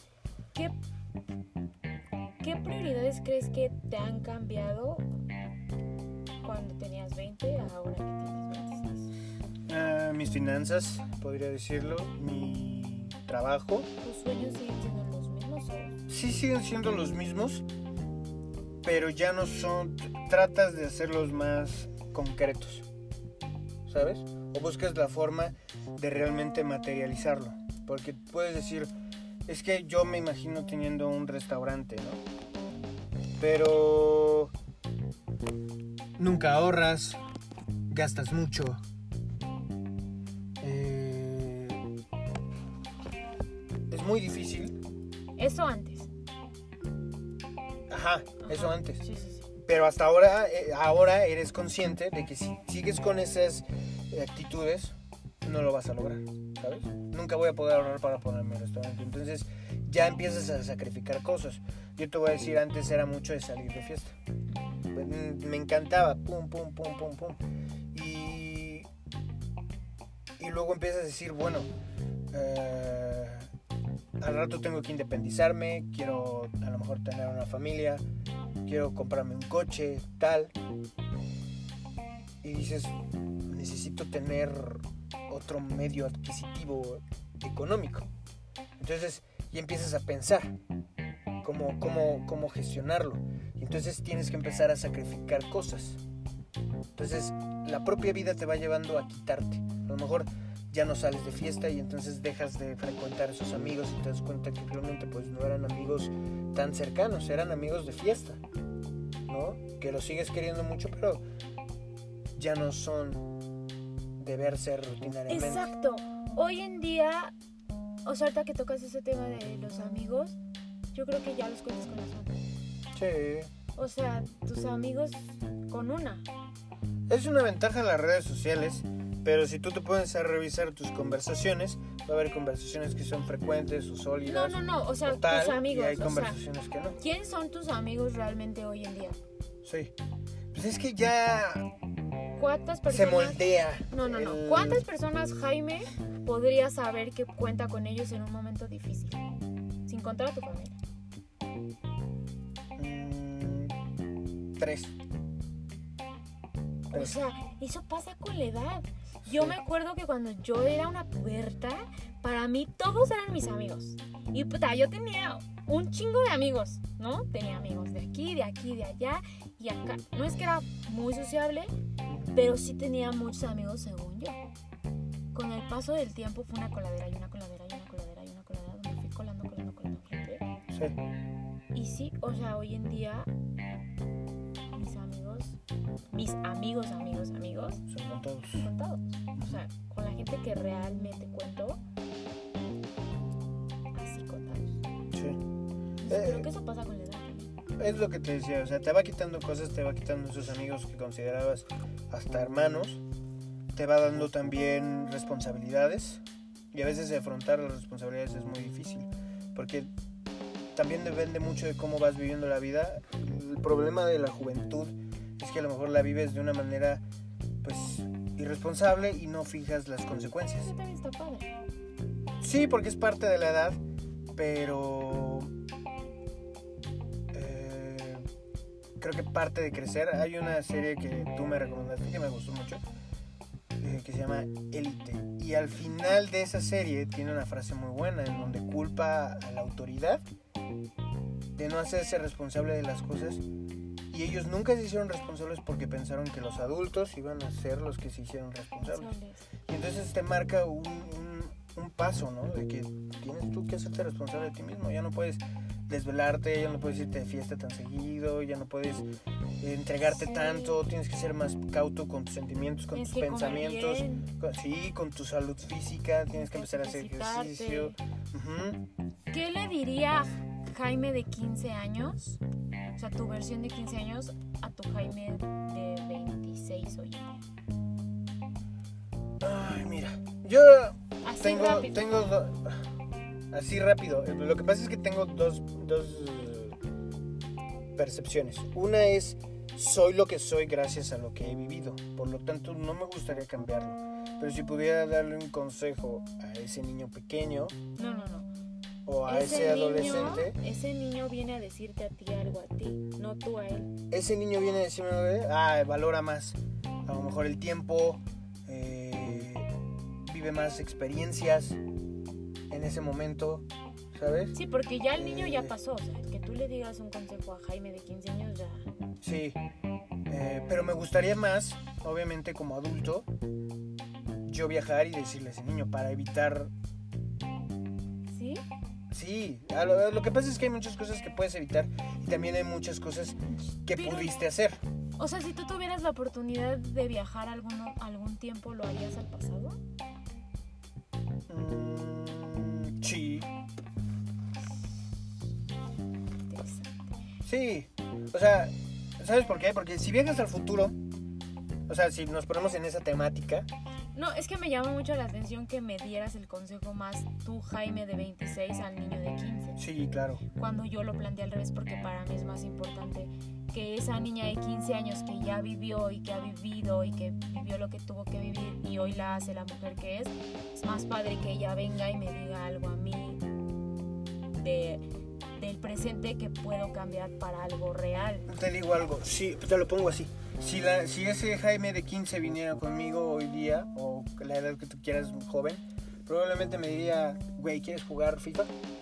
¿Qué prioridades crees que te han cambiado cuando tenías 20 a ahora que tienes 26? Mis finanzas, podría decirlo, mi trabajo. ¿Tus sueños siguen siendo los mismos o...? Sí, siguen siendo los mismos, pero ya no son... Tratas de hacerlos más concretos, ¿sabes? O buscas la forma de realmente materializarlo. Porque puedes decir, es que yo me imagino teniendo un restaurante, ¿no? Pero nunca ahorras, gastas mucho. Es muy difícil. Eso antes. Ajá, eso antes. Sí. Pero hasta ahora eres consciente de que si sigues con esas actitudes, no lo vas a lograr, ¿sabes? Nunca voy a poder ahorrar para ponerme un restaurante. Entonces ya empiezas a sacrificar cosas. Yo te voy a decir, antes era mucho de salir de fiesta. Me encantaba, pum. Y luego empiezas a decir, bueno, al rato tengo que independizarme, quiero a lo mejor tener una familia, quiero comprarme un coche, tal. y dices, necesito tener otro medio adquisitivo económico. Entonces, y empiezas a pensar cómo gestionarlo. Y entonces tienes que empezar a sacrificar cosas. Entonces, la propia vida te va llevando a quitarte. A lo mejor ya no sales de fiesta y entonces dejas de frecuentar a esos amigos y te das cuenta que realmente pues no eran amigos tan cercanos, eran amigos de fiesta, ¿no? Que los sigues queriendo mucho, pero ya no son de verse rutinariamente. Exacto. Hoy en día, o sea, ahorita que tocas ese tema de los amigos, yo creo que ya los cuentas con las manos. Sí. O sea, tus amigos con una. Es una ventaja en las redes sociales, pero si tú te pones a revisar tus conversaciones, va a haber conversaciones que son frecuentes o sólidas. No, o sea, total, tus amigos. Y hay conversaciones que no. ¿Quiénes son tus amigos realmente hoy en día? Sí. Pues es que ya ¿Cuántas personas? se moldea. No. ¿Cuántas personas Jaime podría saber que cuenta con ellos en un momento difícil? Sin contar a tu familia. 3. O sea, eso pasa con la edad. Yo me acuerdo que cuando yo era una puberta, para mí todos eran mis amigos. Y puta, yo tenía un chingo de amigos, ¿no? Tenía amigos de aquí, de allá y acá. No es que era muy sociable, pero sí tenía muchos amigos según yo. Con el paso del tiempo fue una coladera, donde fui colando gente. Sí. Y sí, o sea, hoy en día mis amigos Son contados. son contados. O sea, con la gente que realmente cuento, así contados. Sí. Entonces, creo que eso pasa con la edad. Es lo que te decía, o sea, te va quitando cosas, te va quitando esos amigos que considerabas hasta hermanos, te va dando también responsabilidades, y a veces afrontar las responsabilidades es muy difícil, porque también depende mucho de cómo vas viviendo la vida. El problema de la juventud es que a lo mejor la vives de una manera pues irresponsable y no fijas las consecuencias. Eso también está padre. Sí, porque es parte de la edad, pero creo que parte de crecer. Hay una serie que tú me recomendaste que me gustó mucho, que se llama Élite, y al final de esa serie tiene una frase muy buena en donde culpa a la autoridad de no hacerse responsable de las cosas, y ellos nunca se hicieron responsables porque pensaron que los adultos iban a ser los que se hicieron responsables. Y entonces te marca un paso, ¿no? De que tienes tú que hacerte responsable de ti mismo. Ya no puedes desvelarte, ya no puedes irte de fiesta tan seguido, ya no puedes entregarte tanto, tienes que ser más cauto con tus sentimientos, con tus pensamientos, con tu salud física, tienes que empezar a hacer ejercicio. ¿Qué le diría Jaime de 15 años? O sea, tu versión de 15 años a tu Jaime de 26 hoy. Ay, mira, yo así rápido. Lo que pasa es que tengo dos percepciones. Una es, soy lo que soy gracias a lo que he vivido, por lo tanto no me gustaría cambiarlo. Pero si pudiera darle un consejo a ese niño pequeño, no, o a ese adolescente, ese niño viene a decirte a ti algo, a ti, no tú a él. Ese niño viene a decirme, valora más a lo mejor el tiempo, vive más experiencias en ese momento, ¿sabes? Sí, porque ya el niño ya pasó, o sea, que tú le digas un consejo a Jaime de 15 años ya. Sí, pero me gustaría más, obviamente como adulto, yo viajar y decirle a ese niño para evitar... ¿Sí? Sí, lo que pasa es que hay muchas cosas que puedes evitar y también hay muchas cosas que pudiste hacer. O sea, si tú tuvieras la oportunidad de viajar algún tiempo, ¿lo harías al pasado? Sí. Interesante. Sí, o sea, ¿sabes por qué? Porque si viajas al futuro, o sea, si nos ponemos en esa temática... No, es que me llama mucho la atención que me dieras el consejo más tú, Jaime, de 26 al niño de 15. Sí, claro. Cuando yo lo planteé al revés, porque para mí es más importante que esa niña de 15 años que ya vivió y que ha vivido y que vivió lo que tuvo que vivir y hoy la hace la mujer que es más padre que ella venga y me diga algo a mí del presente que puedo cambiar para algo real. Te digo algo, sí, te lo pongo así. Si ese Jaime de 15 viniera conmigo hoy día, o la edad que tú quieras, joven, probablemente me diría, güey, ¿quieres jugar FIFA?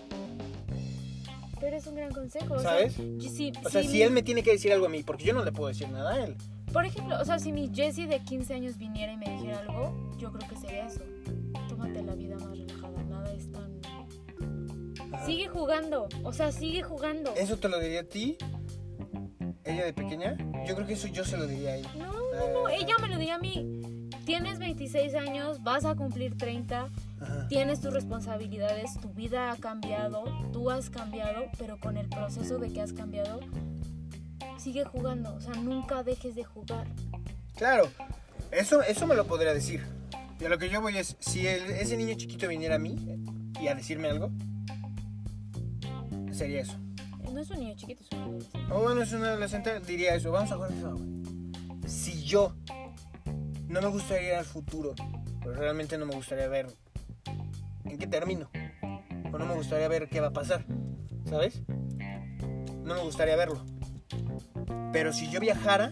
Pero es un gran consejo. ¿Sabes? Si él me tiene que decir algo a mí, porque yo no le puedo decir nada a él. Por ejemplo, o sea, si mi Jessie de 15 años viniera y me dijera algo, yo creo que sería eso. Tómate la vida más relajada, nada es tan... Sigue jugando, o sea, sigue jugando. ¿Eso te lo diría a ti? ¿Ella de pequeña? Yo creo que eso yo se lo diría a ella. No, ella me lo diría a mí. Tienes 26 años, vas a cumplir 30, Ajá. tienes tus responsabilidades, tu vida ha cambiado, tú has cambiado, pero con el proceso de que has cambiado, sigue jugando, o sea, nunca dejes de jugar. Claro, eso me lo podría decir. Y a lo que yo voy es, si ese niño chiquito viniera a mí y a decirme algo, sería eso. No es un niño chiquito, es un adolescente. O bueno, es un adolescente, diría eso, vamos a jugar FIFA, güey. Si yo no me gustaría ir al futuro, pues realmente no me gustaría ver en qué termino, o no me gustaría ver qué va a pasar, ¿sabes? No me gustaría verlo. Pero si yo viajara,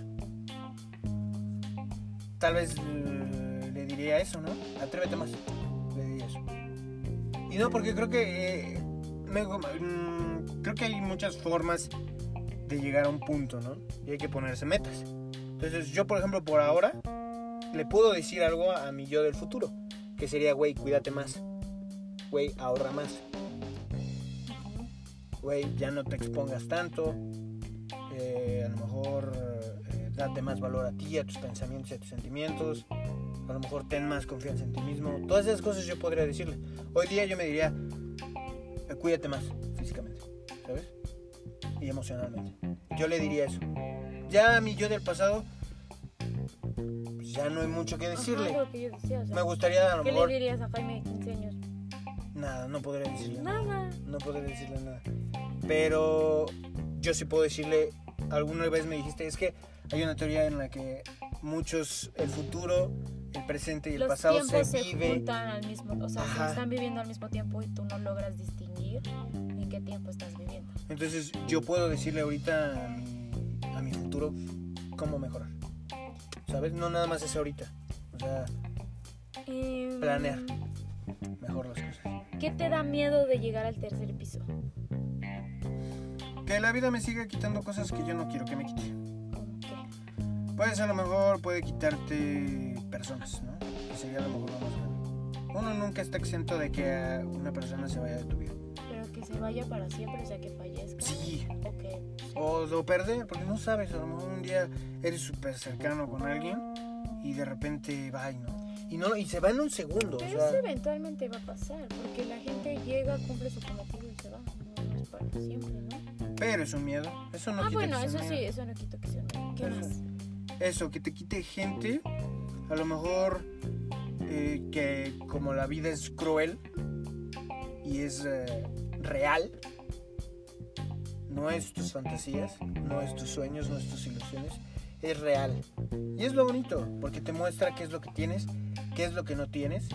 tal vez le diría eso, ¿no? Atrévete más, le diría eso. Y no, porque creo que creo que hay muchas formas de llegar a un punto, ¿no? Y hay que ponerse metas. Entonces yo, por ejemplo, por ahora le puedo decir algo a mi yo del futuro, que sería, güey, cuídate más, güey, ahorra más, güey, ya no te expongas tanto, a lo mejor date más valor a ti, a tus pensamientos y a tus sentimientos, a lo mejor ten más confianza en ti mismo. Todas esas cosas yo podría decirle. Hoy día yo me diría, cuídate más físicamente, ¿sabes? Y emocionalmente. Yo le diría eso. Ya a mi yo del pasado, pues ya no hay mucho que decirle. Ajá, lo que yo decía, o sea, Me gustaría a lo mejor... ¿qué le dirías a Jaime de 15 años? Nada, no podría decirle Nada. No podría decirle nada. Pero yo sí puedo decirle, alguna vez me dijiste, es que hay una teoría en la que muchos, el futuro, el presente y el Los pasado tiempos se vive. juntan al mismo, o sea, Ajá. están viviendo al mismo tiempo y tú no logras distinguir en qué tiempo estás viviendo. Entonces yo puedo decirle ahorita a mi futuro cómo mejorar, ¿sabes? No nada más es ahorita, o sea, planear mejor las cosas. ¿Qué te da miedo de llegar al tercer piso? Que la vida me siga quitando cosas que yo no quiero que me quite. ¿Cómo qué? Pues a lo mejor puede quitarte personas, ¿no? Que sería a lo mejor lo más grave. Uno nunca está exento de que una persona se vaya de tu vida. Pero que se vaya para siempre, o sea, que fallezca. Sí. Ok. O perder, porque no sabes, a lo mejor un día eres súper cercano con alguien y de repente va y se va en un segundo. Pero o sea, eso eventualmente va a pasar, porque la gente llega, cumple su cometido y se va. No es para siempre, ¿no? pero es un miedo. Eso no quita Bueno, que sea eso un sí, miedo. eso no quito que sea un miedo. ¿Qué más? Eso, que te quite gente, a lo mejor que como la vida es cruel y es real, no es tus fantasías, no es tus sueños, no es tus ilusiones, es real. Y es lo bonito, porque te muestra qué es lo que tienes, qué es lo que no tienes,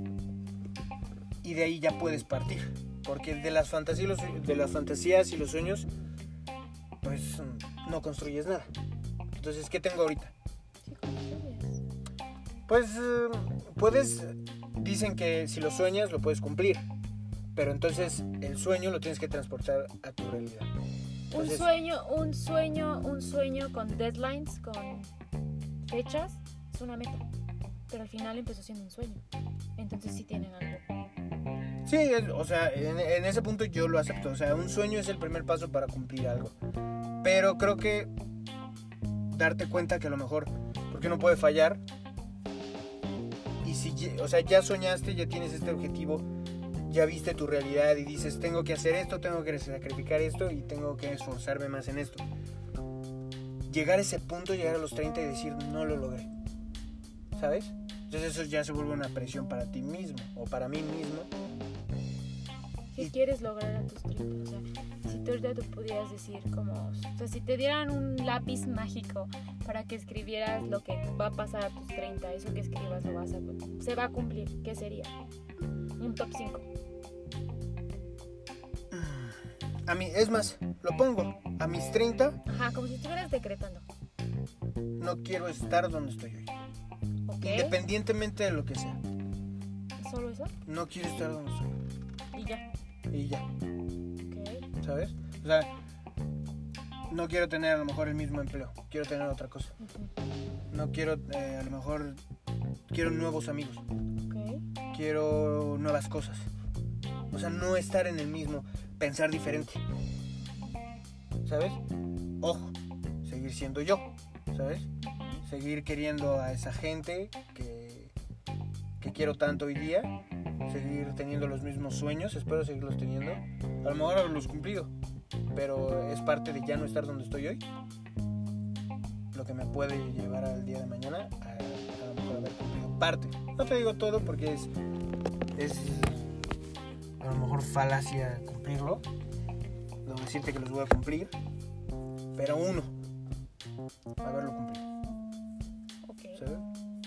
y de ahí ya puedes partir. Porque de las fantasías y los sueños, pues no construyes nada. Entonces, ¿qué tengo ahorita? Sí, construyes. Pues dicen que si lo sueñas lo puedes cumplir, pero entonces el sueño lo tienes que transportar a tu realidad. Entonces, Un sueño con deadlines, con fechas, es una meta. Pero al final empezó siendo un sueño. Entonces sí tienen algo. sí, o sea, en ese punto yo lo acepto. O sea, un sueño es el primer paso para cumplir algo. Pero creo que darte cuenta que a lo mejor, porque no puede fallar. Y si, o sea, ya soñaste, ya tienes este objetivo, ya viste tu realidad y dices, tengo que hacer esto, tengo que sacrificar esto y tengo que esforzarme más en esto. Llegar a ese punto, llegar a los 30 y decir, no lo logré, ¿sabes? Entonces eso ya se vuelve una presión para ti mismo o para mí mismo. ¿Qué quieres lograr a tus 30? O sea, si tú ahorita tú pudieras decir como... O sea, si te dieran un lápiz mágico para que escribieras lo que va a pasar a tus 30, eso que escribas se va a cumplir, ¿qué sería? Un top 5. Es más, lo pongo a mis 30. Ajá, como si estuvieras decretando. no quiero estar donde estoy hoy. Ok. Independientemente de lo que sea. ¿Solo eso? No quiero estar donde estoy. Y ya. Y ya, Ok. ¿sabes? O sea, no quiero tener a lo mejor el mismo empleo. Quiero tener otra cosa. Ujú. No quiero, a lo mejor, quiero nuevos amigos. Ok. Quiero nuevas cosas. O sea, no estar en el mismo, pensar diferente. ¿Sabes? Ojo, seguir siendo yo, ¿sabes? Seguir queriendo a esa gente que quiero tanto hoy día. Seguir teniendo los mismos sueños, espero seguirlos teniendo. A lo mejor haberlos cumplido, pero es parte de ya no estar donde estoy hoy. Lo que me puede llevar al día de mañana a lo mejor haber cumplido parte. No te digo todo porque es a lo mejor falacia cumplirlo, no decirte que los voy a cumplir, pero uno, haberlo cumplido. Ok. ¿Sabes?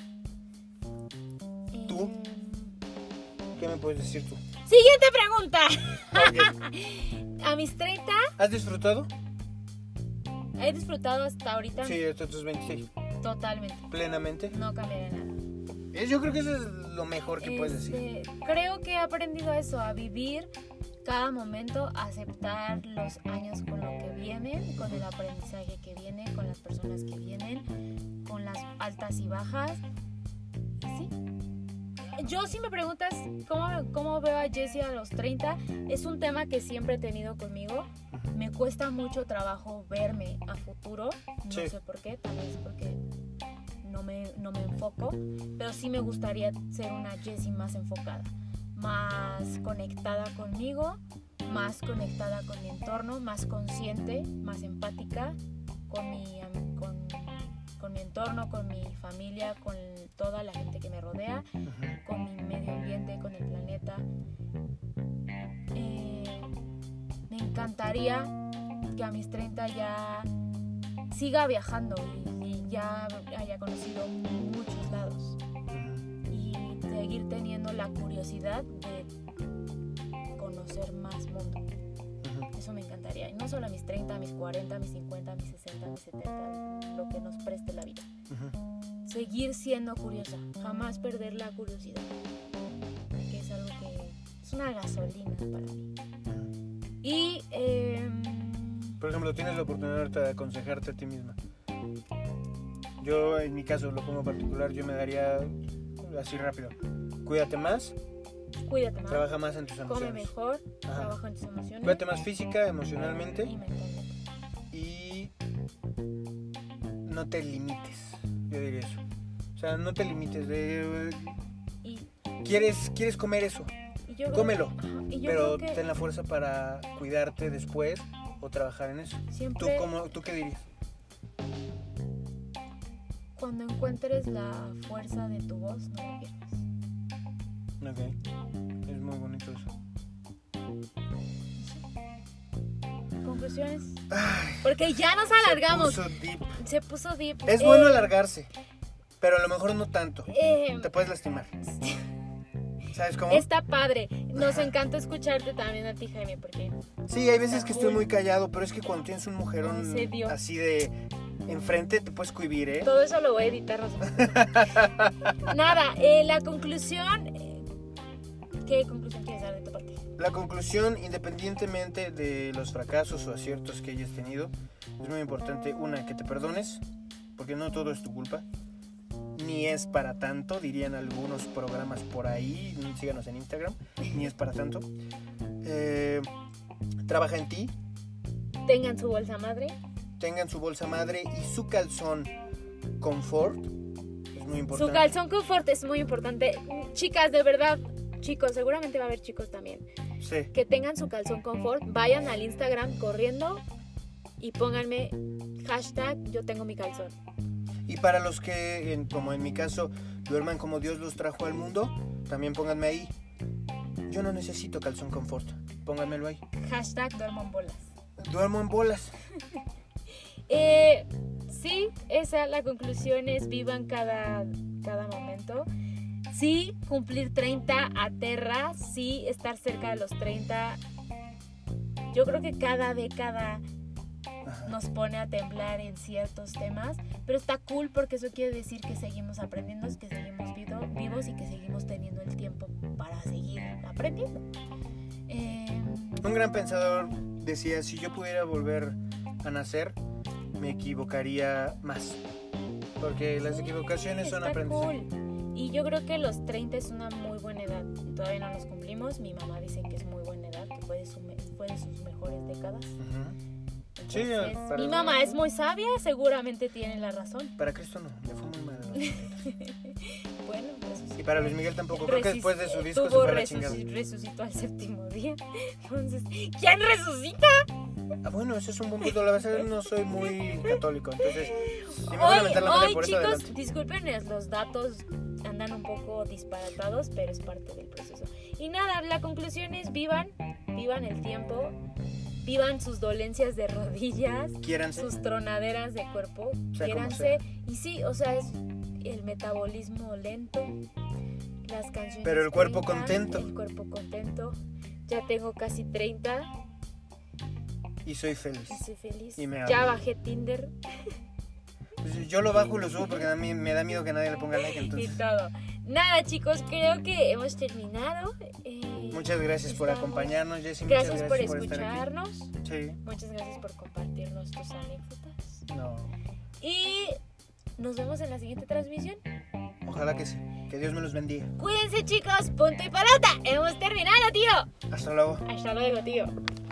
¿Tú? ¿Qué me puedes decir tú? Siguiente pregunta. Okay. A mis 30 ¿Has disfrutado? he disfrutado hasta ahorita Sí, hasta tus 26. totalmente. Plenamente. No cambiaré nada. Yo creo que eso es lo mejor que puedes decir. Creo que he aprendido eso, a vivir cada momento, a aceptar los años con lo que vienen, con el aprendizaje que viene, con las personas que vienen, con las altas y bajas. Y sí. Yo, si me preguntas cómo veo a Jessie a los 30, es un tema que siempre he tenido conmigo. Me cuesta mucho trabajo verme a futuro, no Sí. sé por qué, tal vez porque no me enfoco, pero sí me gustaría ser una Jessie más enfocada, más conectada conmigo, más conectada con mi entorno, más consciente, más empática con mi entorno, con mi familia, con toda la gente que me rodea, con mi medio ambiente, con el planeta. Me encantaría que a mis 30 ya siga viajando y ya haya conocido muchos lados y seguir teniendo la curiosidad de conocer más mundo. Eso me encantaría, y no solo a mis 30, a mis 40, a mis 50, a mis 60, a mis 70, lo que nos preste la vida. Seguir siendo curiosa, jamás perder la curiosidad, que es algo que es una gasolina para mí. Y Por ejemplo, tienes la oportunidad ahorita de aconsejarte a ti misma. Yo, en mi caso, lo pongo particular, yo me daría así rápido. Cuídate más, cuídate más, trabaja más en tus come emociones. mejor, Ajá. trabaja en tus emociones Cuídate más física, emocionalmente y mentalmente. y no te limites, yo diría eso. O sea, no te limites de... Y ¿Quieres comer eso? yo creo- Cómelo, ajá, y yo pero creo que ten la fuerza para cuidarte después o trabajar en eso. siempre ¿Tú qué dirías? cuando encuentres la fuerza de tu voz, no la pierdas. Ok, es muy bonito eso. Conclusiones, Ay, porque ya nos alargamos. se puso deep. Se puso deep. Es bueno alargarse, pero a lo mejor no tanto. eh, Te puedes lastimar. ¿Sabes cómo? Está padre. Nos encanta escucharte también a ti, Jaime, porque Sí, hay veces que estoy muy callado, pero es que cuando tienes un mujerón Se dio. así de enfrente te puedes cohibir, ¿eh? todo eso lo voy a editar. Nada, la conclusión. ¿Qué conclusión quieres dar de tu parte? La conclusión, independientemente de los fracasos o aciertos que hayas tenido, es muy importante, una, que te perdones, porque no todo es tu culpa, ni es para tanto, dirían algunos programas por ahí, síganos en Instagram, ni es para tanto. Trabaja en ti, Tengan su bolsa madre. tengan su bolsa madre y su calzón confort, es muy importante. Su calzón confort es muy importante. Chicas, de verdad, chicos, seguramente va a haber chicos también. Sí. Que tengan su calzón confort. Vayan al Instagram corriendo y pónganme hashtag yo tengo mi calzón. Y para los que, como en mi caso, duerman como Dios los trajo al mundo, también pónganme ahí. Yo no necesito calzón confort, pónganmelo ahí. Hashtag duermo en bolas. Duermo en bolas. Sí, esa la conclusión es vivan cada momento. Sí, cumplir 30 aterra. Sí, estar cerca de los 30. Yo creo que cada década Ajá. nos pone a temblar en ciertos temas, pero está cool porque eso quiere decir que seguimos aprendiendo, que seguimos vivos y que seguimos teniendo el tiempo para seguir aprendiendo. Un gran pensador decía, si yo pudiera volver a nacer, me equivocaría más, porque las equivocaciones son aprendizaje. Cool. Y yo creo que los 30 es una muy buena edad. Todavía no los cumplimos. Mi mamá dice que es muy buena edad, que fue de sus mejores décadas. Sí, mi mamá es muy sabia, seguramente tiene la razón. Para Cristo no, le fue muy mal. Bueno, y para Luis Miguel tampoco, creo que después de su disco se fue a la chingada. Resucitó al séptimo día. Entonces, ¿quién resucita? Bueno, eso es un buen punto. La verdad no soy muy católico, entonces si me van a meter la madre por eso, chicos, disculpen, los datos andan un poco disparatados, pero es parte del proceso. Y nada, la conclusión es vivan el tiempo, vivan sus dolencias de rodillas, quiéranse, sus tronaderas de cuerpo, quiéranse. Y sí, o sea, es el metabolismo lento, las canciones, pero el cuerpo contento. El cuerpo contento. Ya tengo casi 30 y soy feliz. Y me ya bajé Tinder. Pues yo lo bajo y lo subo porque a mí me da miedo que nadie le ponga like, entonces. Y todo. Nada, chicos, creo que hemos terminado. Muchas gracias por acompañarnos, Jessy. Gracias por escucharnos. Sí. Muchas gracias por compartirnos tus anécdotas. No. Y nos vemos en la siguiente transmisión. Ojalá que sí. Que Dios me los bendiga. Cuídense, chicos. Punto y pelota. Hemos terminado, tío. Hasta luego. Hasta luego, tío.